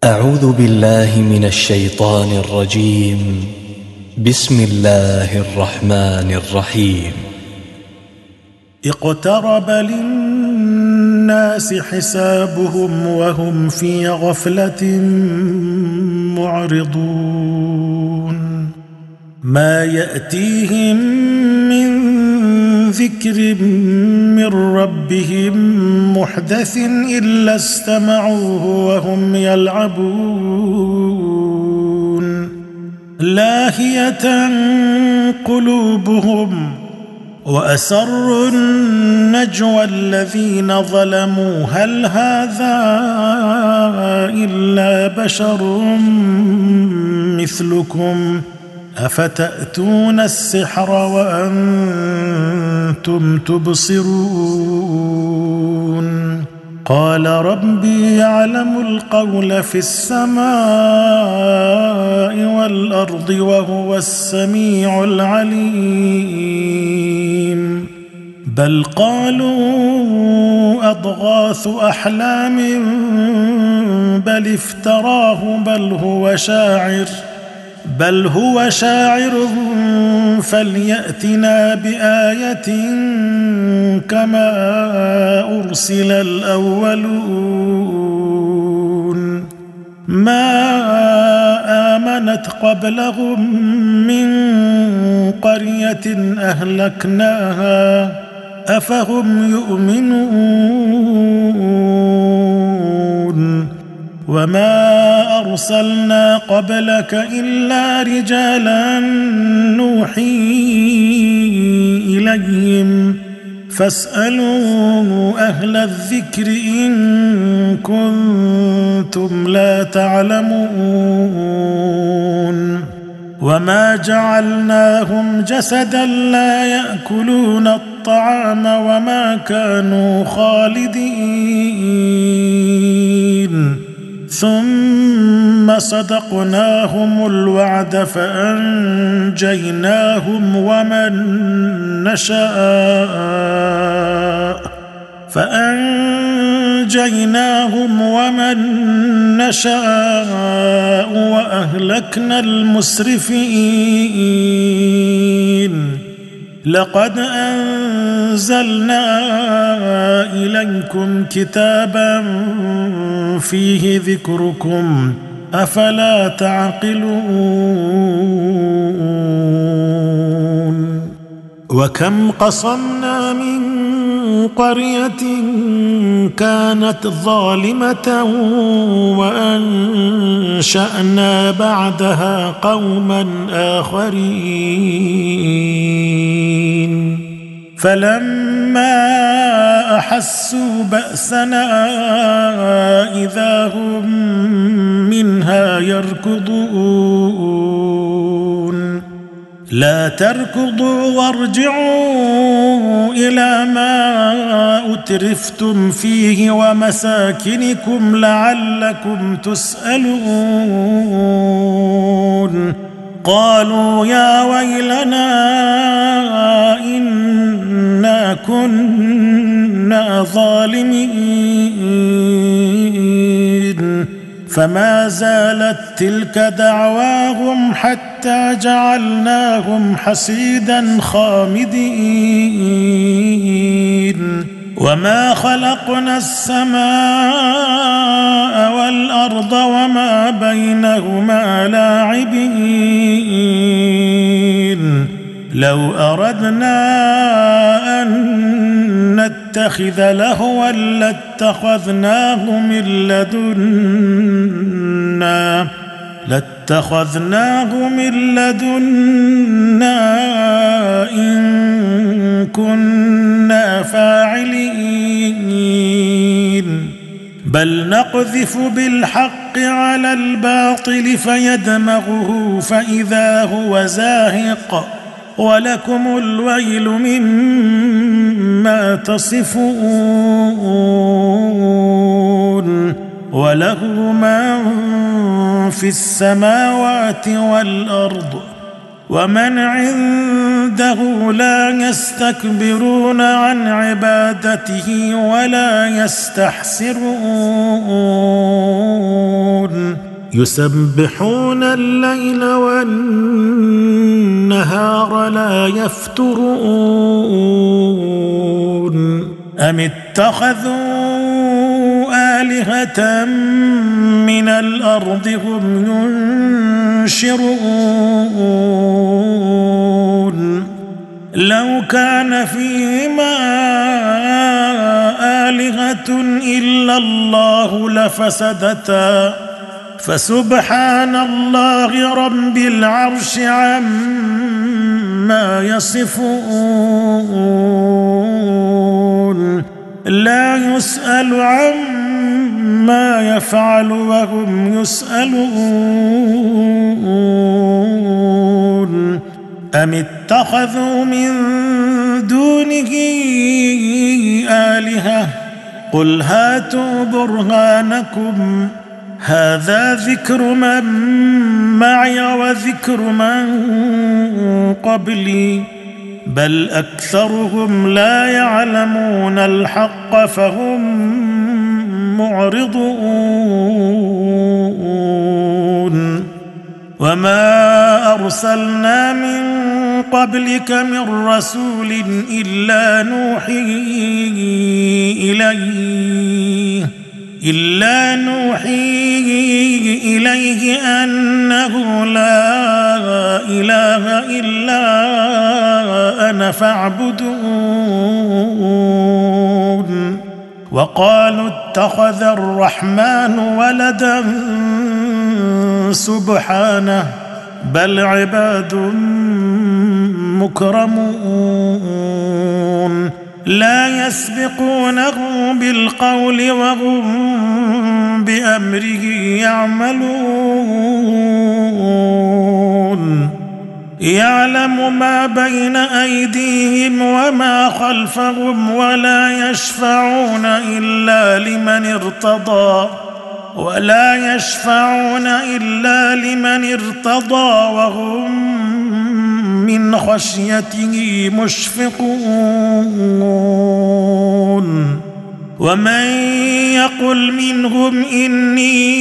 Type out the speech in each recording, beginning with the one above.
أعوذ بالله من الشيطان الرجيم. بسم الله الرحمن الرحيم. اقترب للناس حسابهم وهم في غفلة معرضون ما يأتيهم من ذكر من ربهم محدث إلا استمعوه وهم يلعبون لاهية قلوبهم وأسروا النجوى الذين ظلموا هل هذا إلا بشر مثلكم أفتأتون السحر وأنتم تبصرون قال ربي يعلم القول في السماء والأرض وهو السميع العليم بل قالوا أضغاث أحلام بل افتراه بل هو شاعر فليأتنا بآية كما أرسل الأولون ما آمنت قبلهم من قرية أهلكناها أفهم يؤمنون وما أرسلنا قبلك إلا رجالا نوحي إليهم فاسألوا أهل الذكر إن كنتم لا تعلمون وما جعلناهم جسدا لا يأكلون الطعام وما كانوا خالدين ثم صدقناهم الوعد فأنجيناهم ومن نشاء وأهلكنا المسرفين لقد أنزلنا إليكم كتابا فيه ذكركم أفلا تعقلون وكم قصمنا من قرية كانت ظالمة وأنشأنا بعدها قوما آخرين فلما أحسوا بأسنا إذا هم منها يركضون لا تركضوا وارجعوا إلى ما أترفتم فيه ومساكنكم لعلكم تسألون قالوا يا ويلنا إنا كنا ظالمين فما زالت تلك دعواهم حتى جعلناهم حصيدا خامدين وما خلقنا السماء والأرض وما بينهما لاعبين لو أردنا أن نتخذ لهوا لاتخذناه من لدنا إن كنا فاعلين بل نقذف بالحق على الباطل فيدمغه فإذا هو زاهق ولكم الويل مما تصفون وله من في السماوات والأرض ومن عنده لا يستكبرون عن عبادته ولا يستحسرون يسبحون الليل والنهار لا يفترون أم اتخذوا آلهة من الأرض هم ينشرون لو كان فيهما آلهة إلا الله لفسدتا فسبحان الله رب العرش عما يصفون لا يسأل عما يفعل وهم يسألون أم اتخذوا من دونه آلهة قل هاتوا برهانكم هذا ذكر من معي وذكر من قبلي بل أكثرهم لا يعلمون الحق فهم معرضون وما أرسلنا من قبلك من رسول إلا نوحي إليه أنه لا إله إلا أنا فاعبدون وقالوا اتخذ الرحمن ولدا سبحانه بل عباد مكرمون لا يسبقونه بالقول وهم بأمره يعملون يعلم ما بين أيديهم وما خلفهم ولا يشفعون إلا لمن ارتضى وهم من خشيته مشفقون ومن يقل منهم إني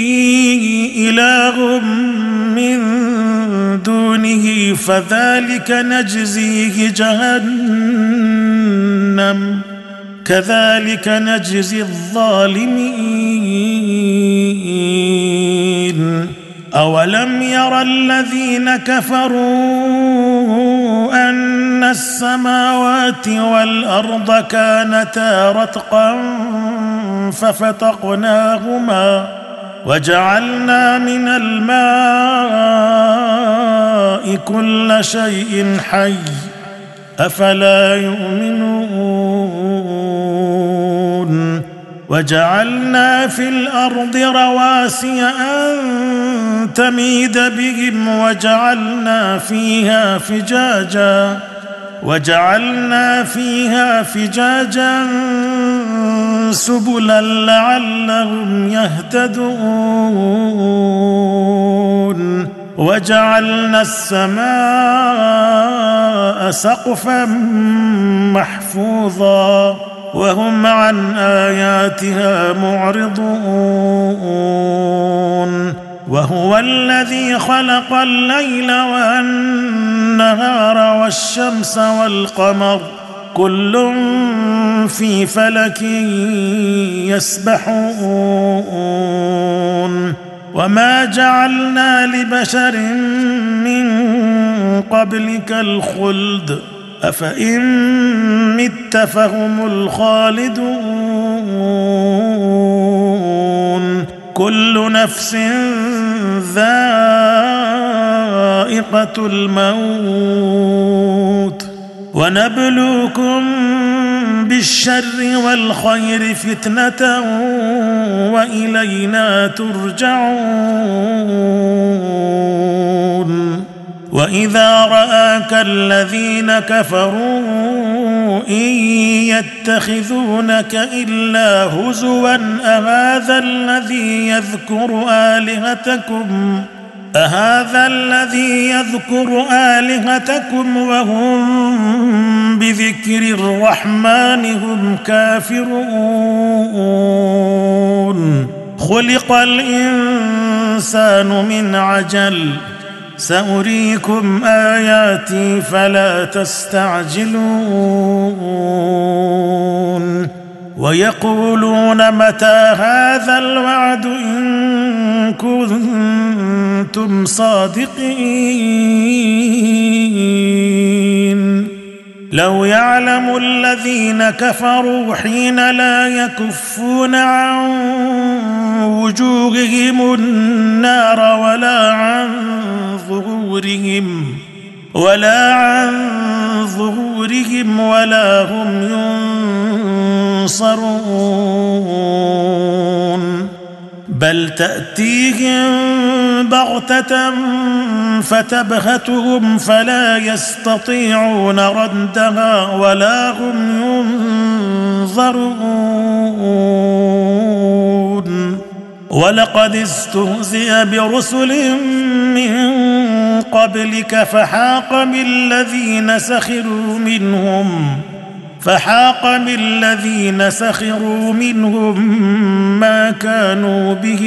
إله من دونه فذلك نجزيه جهنم كذلك نجزي الظالمين أولم ير الذين كفروا أن السماوات والأرض كانتا رتقا ففتقناهما وجعلنا من الماء كل شيء حي أفلا يؤمنون وجعلنا في الأرض رواسي أن تميد بهم وجعلنا فيها فجاجا سبلا لعلهم يهتدون وجعلنا السماء سقفا محفوظا وهم عن آياتها معرضون وهو الذي خلق الليل والنهار والشمس والقمر كل في فلك يسبحون وما جعلنا لبشر من قبلك الخلد أفإن مت فهم الخالدون كل نفس ذائقة الموت ونبلوكم بالشر والخير فتنة وإلينا ترجعون وإذا رآك الذين كفروا إن يتخذونك إلا هزوا أهذا الذي يذكر آلهتكم وهم بذكر الرحمن هم كافرون خلق الإنسان من عجل سأريكم آياتي فلا تستعجلون ويقولون متى هذا الوعد إن كنتم صادقين لو يعلم الذين كفروا حين لا يكفون عن وجوههم النار ولا عن ظهورهم ولا هم ينصرون بل تأتيهم بغتة فتبهتهم فلا يستطيعون ردها ولا هم ينظرون ولقد استهزئ برسل من قبلك فحاق بالذين سخروا منهم ما كانوا به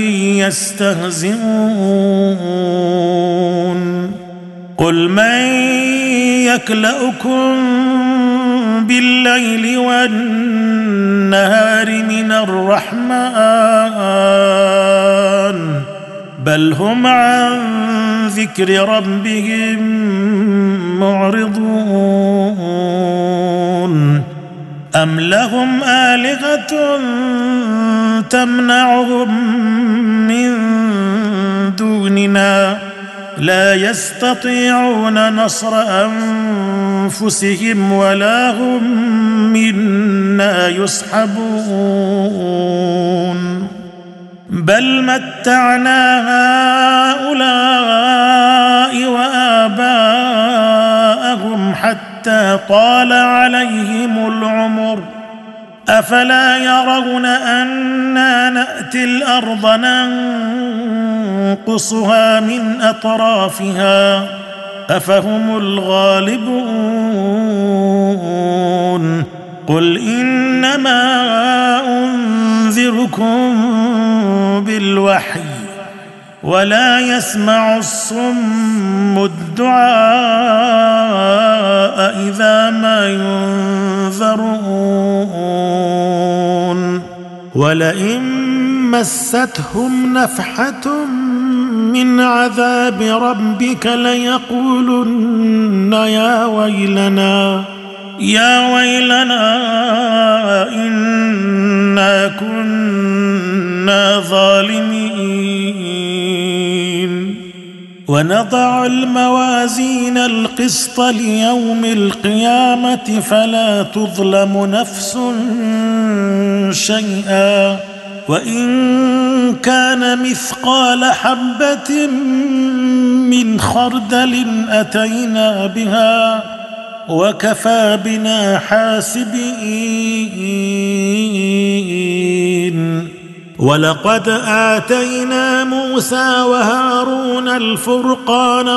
يستهزئون قل من يكلؤكم بالليل والنهار من الرحمن بل هم عن ذكر ربهم معرضون أم لهم آلهة تمنعهم من دوننا لا يستطيعون نصر أنفسهم ولا هم منا يصحبون بل متعنا هؤلاء وآباءهم حتى طال عليهم العمر أفلا يرون أنا نأتي الأرض ننقصها من أطرافها أفهم الغالبون قل إنما أنذركم بالوحي ولا يسمع الصم الدعاء إذا ما ينذرون ولئن مستهم نفحة من عذاب ربك ليقولن يا ويلنا إنا كنا ظالمين ونضع الموازين القسط ليوم القيامة فلا تظلم نفس شيئا وإن كان مثقال حبة من خردل أتينا بها وكفى بنا حاسبين ولقد آتينا موسى وهارون الفرقان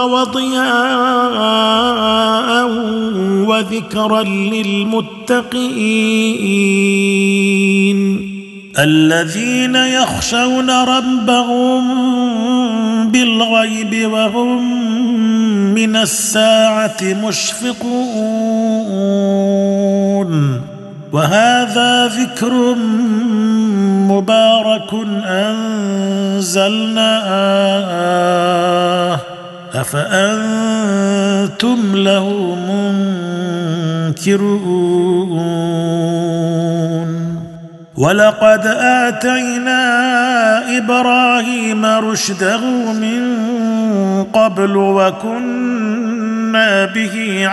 وضياء وذكرا للمتقين الذين يخشون ربهم بالغيب وهم من الساعة مشفقون وهذا ذكر مبارك أنزلناه أفأنتم له منكرون ولقد آتينا إبراهيم رشده من قبل وكنا به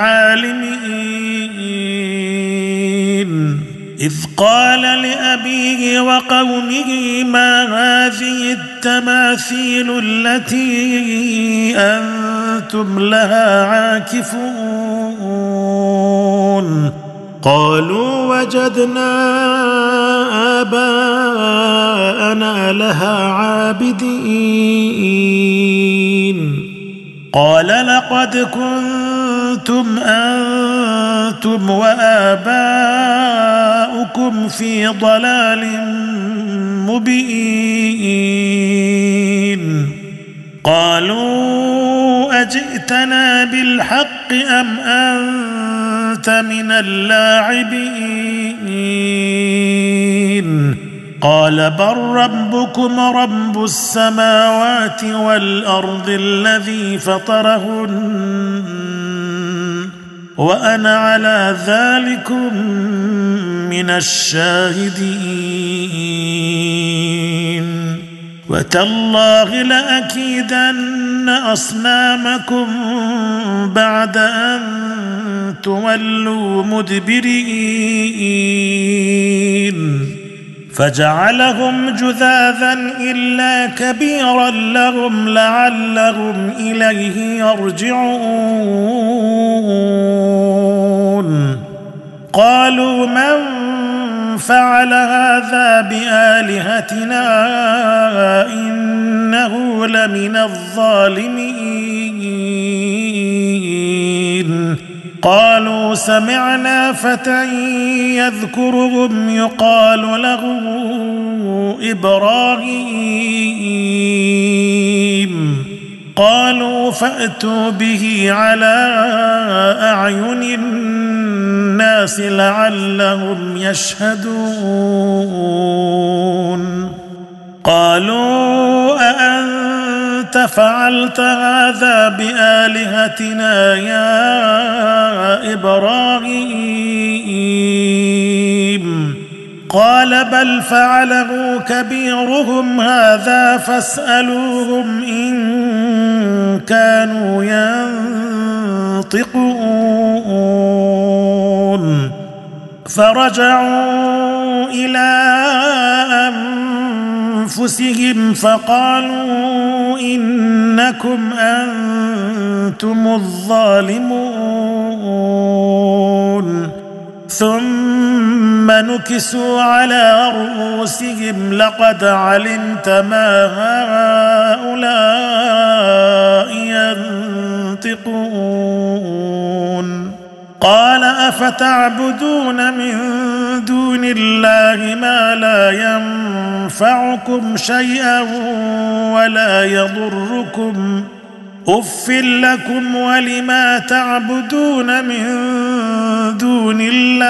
عالمين إذ قال لأبيه وقومه ما هذه التماثيل التي أنتم لها عاكفون قالوا وجدنا آباءنا لها عابدين قال لقد كنتم أنتم وآباؤكم في ضلال مبين قالوا أجئتنا بالحق أم أنت من اللاعبين قال بل ربكم رب السماوات والأرض الذي فطرهن وأنا على ذلكم من الشاهدين وتالله لأكيدن أصنامكم بعد أن تولوا مدبرين فجعلهم جذاذا إلا كبيرا لهم لعلهم إليه يرجعون قالوا من فعل هذا بآلهتنا إنه لمن الظالمين قالوا سمعنا فتى يذكرهم يقال له إبراهيم قالوا فأتوا به على أعين الناس لعلهم يشهدون قالوا أأنت فعلت هذا بآلهتنا يا إبراهيم قال بل فعله كبيرهم هذا فاسألوهم إن كانوا ينطقون فرجعوا إلى أنفسهم فقالوا إنكم أنتم الظالمون ثم نكسوا على رؤوسهم لقد علمت ما هؤلاء ينطقون قال أفتعبدون من دون الله ما لا ينفعكم شيئا ولا يضركم أف لكم ولما تعبدون من دون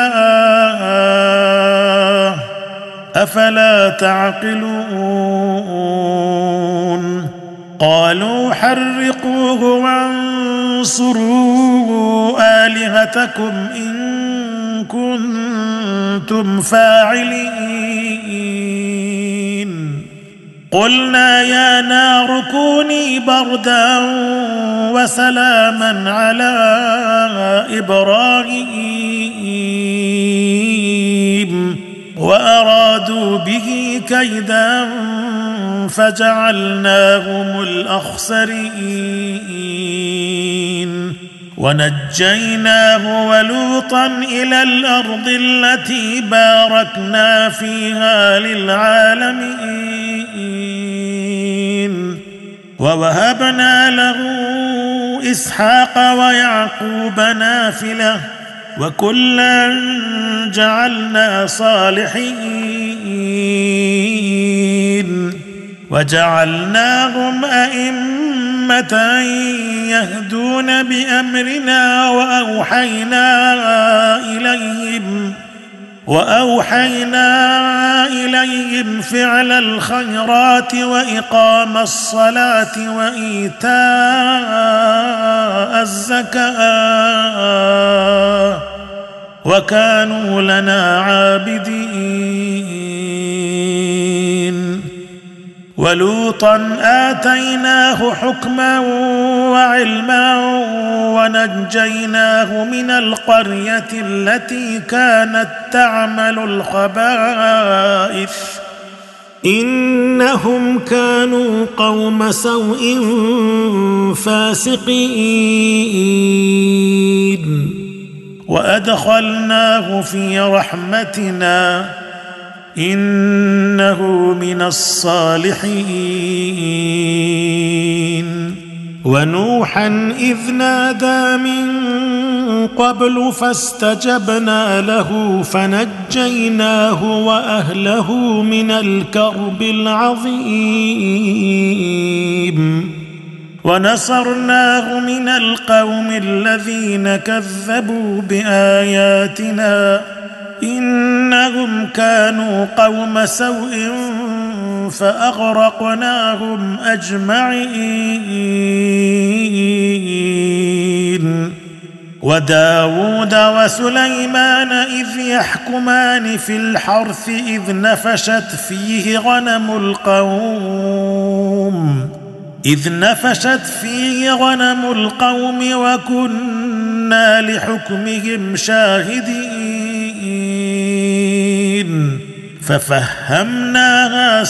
الله أفلا تعقلون قالوا حرقوه وانصروا آلهتكم إن كنتم فاعلين قلنا يا نار كوني بردا وسلاما على إبراهيم وأرادوا به كيدا فجعلناهم الأخسرين ونجيناه ولوطا إلى الأرض التي باركنا فيها للعالمين ووهبنا له إسحاق ويعقوب نافلة وكلا جعلنا صالحين وجعلناهم أئمة يهدون بأمرنا وأوحينا إليهم فعل الخيرات وإقام الصلاة وإيتاء الزكاة وكانوا لنا عابدين ولوطا آتيناه حكما وعلما ونجيناه من القرية التي كانت تعمل الخبائث إنهم كانوا قوم سوء فاسقين وأدخلناه في رحمتنا إنه من الصالحين ونوحا إذ نادى من قبل فاستجبنا له فنجيناه وأهله من الكرب العظيم ونصرناه من القوم الذين كذبوا بآياتنا إنهم كانوا قوم سوء فأغرقناهم أجمعين وداود وسليمان إذ يحكمان في الحرث إذ نفشت فيه غنم القوم وكنا لحكمهم شاهدين ففهمناها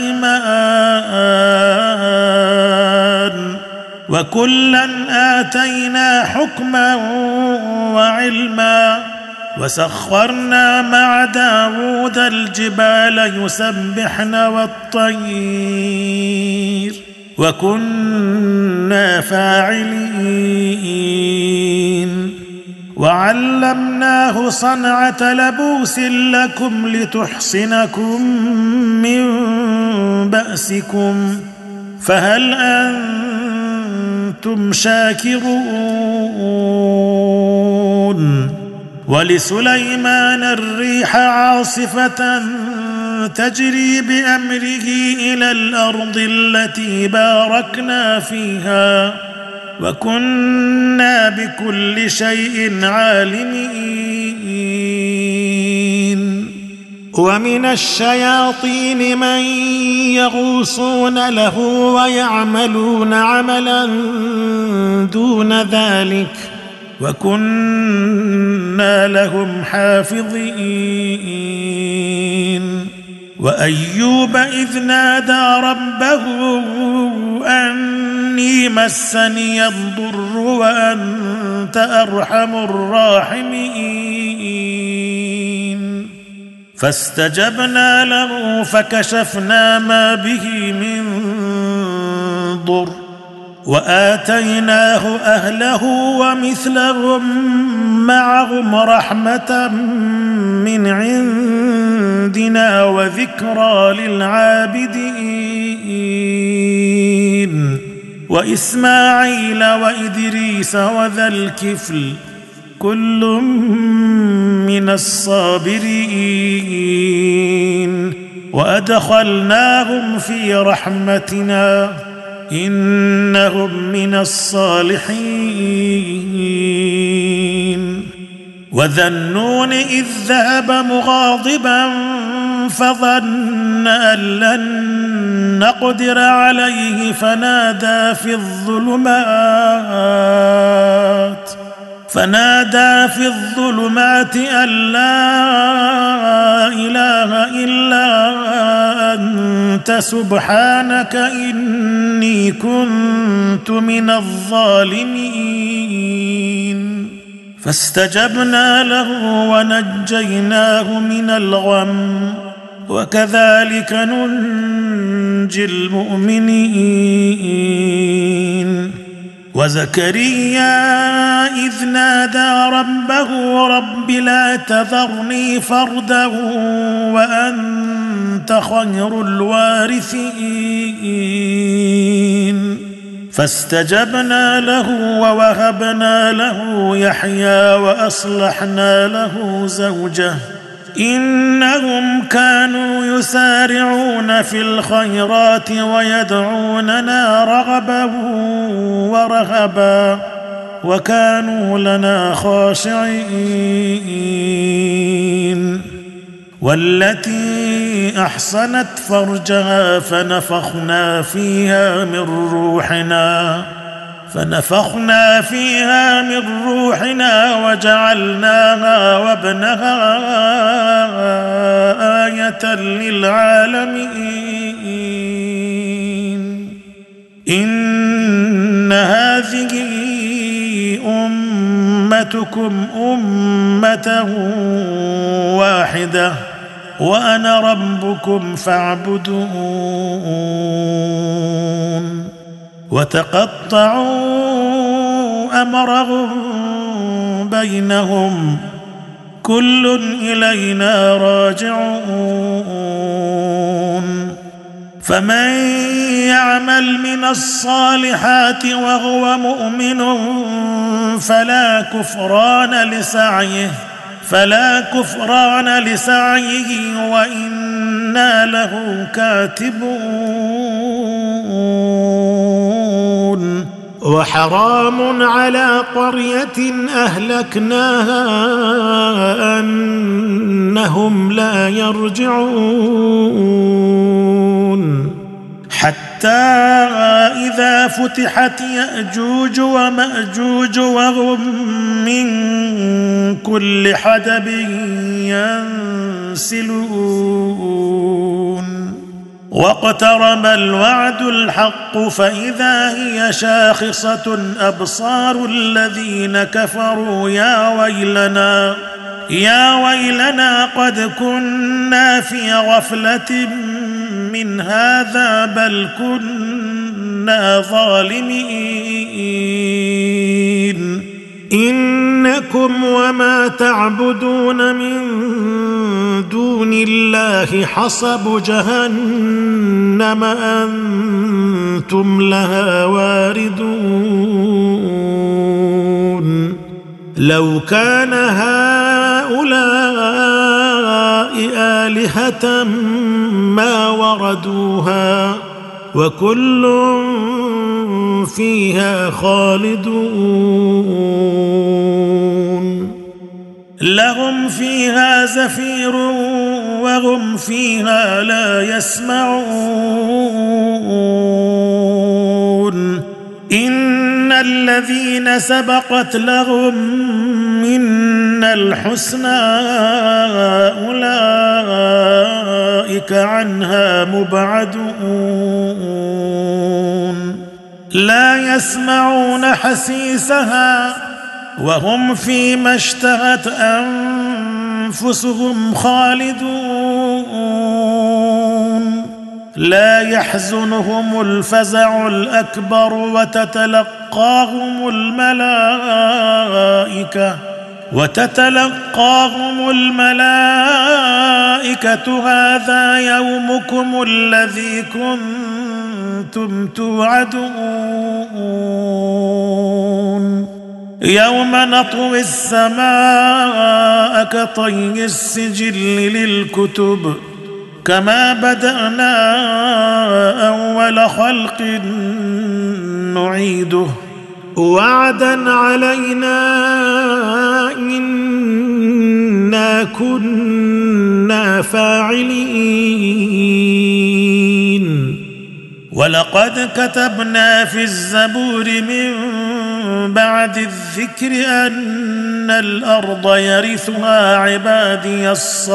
سليمان وكلا آتينا حكما وعلما وسخرنا مع داود الجبال يسبحن والطير وكنا فاعلين وعلمناه صنعة لبوس لكم لتحصنكم من بأسكم فهل أنتم شاكرون ولسليمان الريح عاصفة تجري بأمره إلى الأرض التي باركنا فيها وكنا بكل شيء عالمين ومن الشياطين من يغوصون له ويعملون عملا دون ذلك وكنا لهم حافظين وأيوب إذ نادى ربه أني مسني الضر وأنت أرحم الراحمين فاستجبنا له فكشفنا ما به من ضر وآتيناه أهله ومثلهم معهم رحمة من عندنا وذكرى للعابدين وإسماعيل وإدريس وذا الكفل كل من الصابرين وأدخلناهم في رحمتنا إنهم من الصالحين وذا النون إذ ذهب مغاضبا فظن أن لن نقدر عليه فنادى في الظلمات أن لا إله إلا أنت سبحانك إني كنت من الظالمين فاستجبنا له ونجيناه من الغم وكذلك ننجي المؤمنين وزكريا إذ نادى ربه رب لا تذرني فردا وأنت خير الوارثين فاستجبنا له ووهبنا له يحيى وأصلحنا له زوجه إنهم كانوا يسارعون في الخيرات ويدعوننا رغبا ورهبا وكانوا لنا خاشعين والتي أحصنت فرجها فنفخنا فيها من روحنا وجعلناها وابنها آية للعالمين إن هذه أمتكم أمة واحدة وأنا ربكم فاعبدون وتقطعوا أمرهم بينهم كل إلينا راجعون فمن يعمل من الصالحات وهو مؤمن فلا كفران لسعيه وإنا له كاتبون وحرام على قرية أهلكناها أنهم لا يرجعون حتى إذا فتحت يأجوج ومأجوج وهم من كل حدب ينسلون واقترب الوعد الحق فإذا هي شاخصة أبصار الذين كفروا يا ويلنا قد كنا في غفلة من هذا بل كنا ظالمين إنكم وما تعبدون من دون الله حصب جهنم أنتم لها واردون لو كان هؤلاء آلهة ما وردوها وكل فيها خالدون لهم فيها زفير وهم فيها لا يسمعون إن الذين سبقت لهم منا الحسنى أولئك عنها مبعدون لا يسمعون حسيسها وهم فيما اشتهت أنفسهم خالدون لا يحزنهم الفزع الأكبر وتتلقاهم الملائكة هذا يومكم الذي كنتم توعدون يوم نطوي السماء كطي السجل للكتب كما بدأنا أول خلق نعيده وعدا علينا إنا كنا فاعلين ولقد كتبنا في الزبور من بعد الذكر أن الأرض يرثها عبادي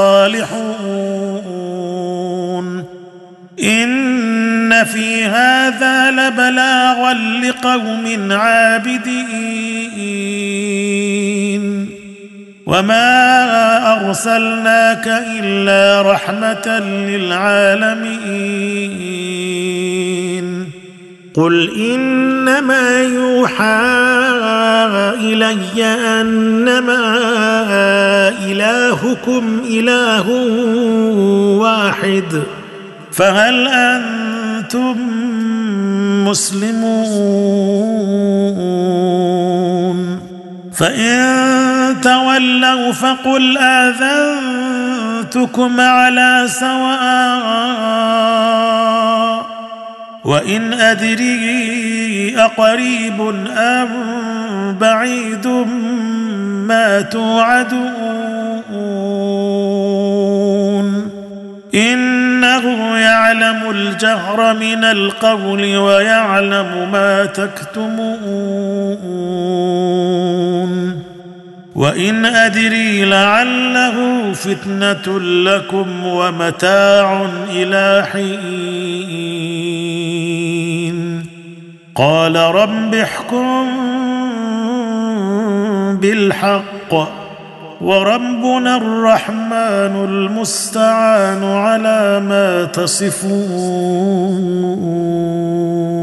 الصالحون إن في هذا لبلاغا لقوم عابدين وما أرسلناك إلا رحمة للعالمين قل إنما يوحى إلي أنما إلهكم إله واحد فهل أنتم مسلمون فإن تولوا فقل آذنتكم على سواء وإن أدري أقريب أم بعيد ما توعدون إنه يعلم الجهر من القول ويعلم ما تكتمون وإن أدري لعله فتنة لكم ومتاع إلى حين قال رب احكم بالحق وربنا الرحمن المستعان على ما تصفون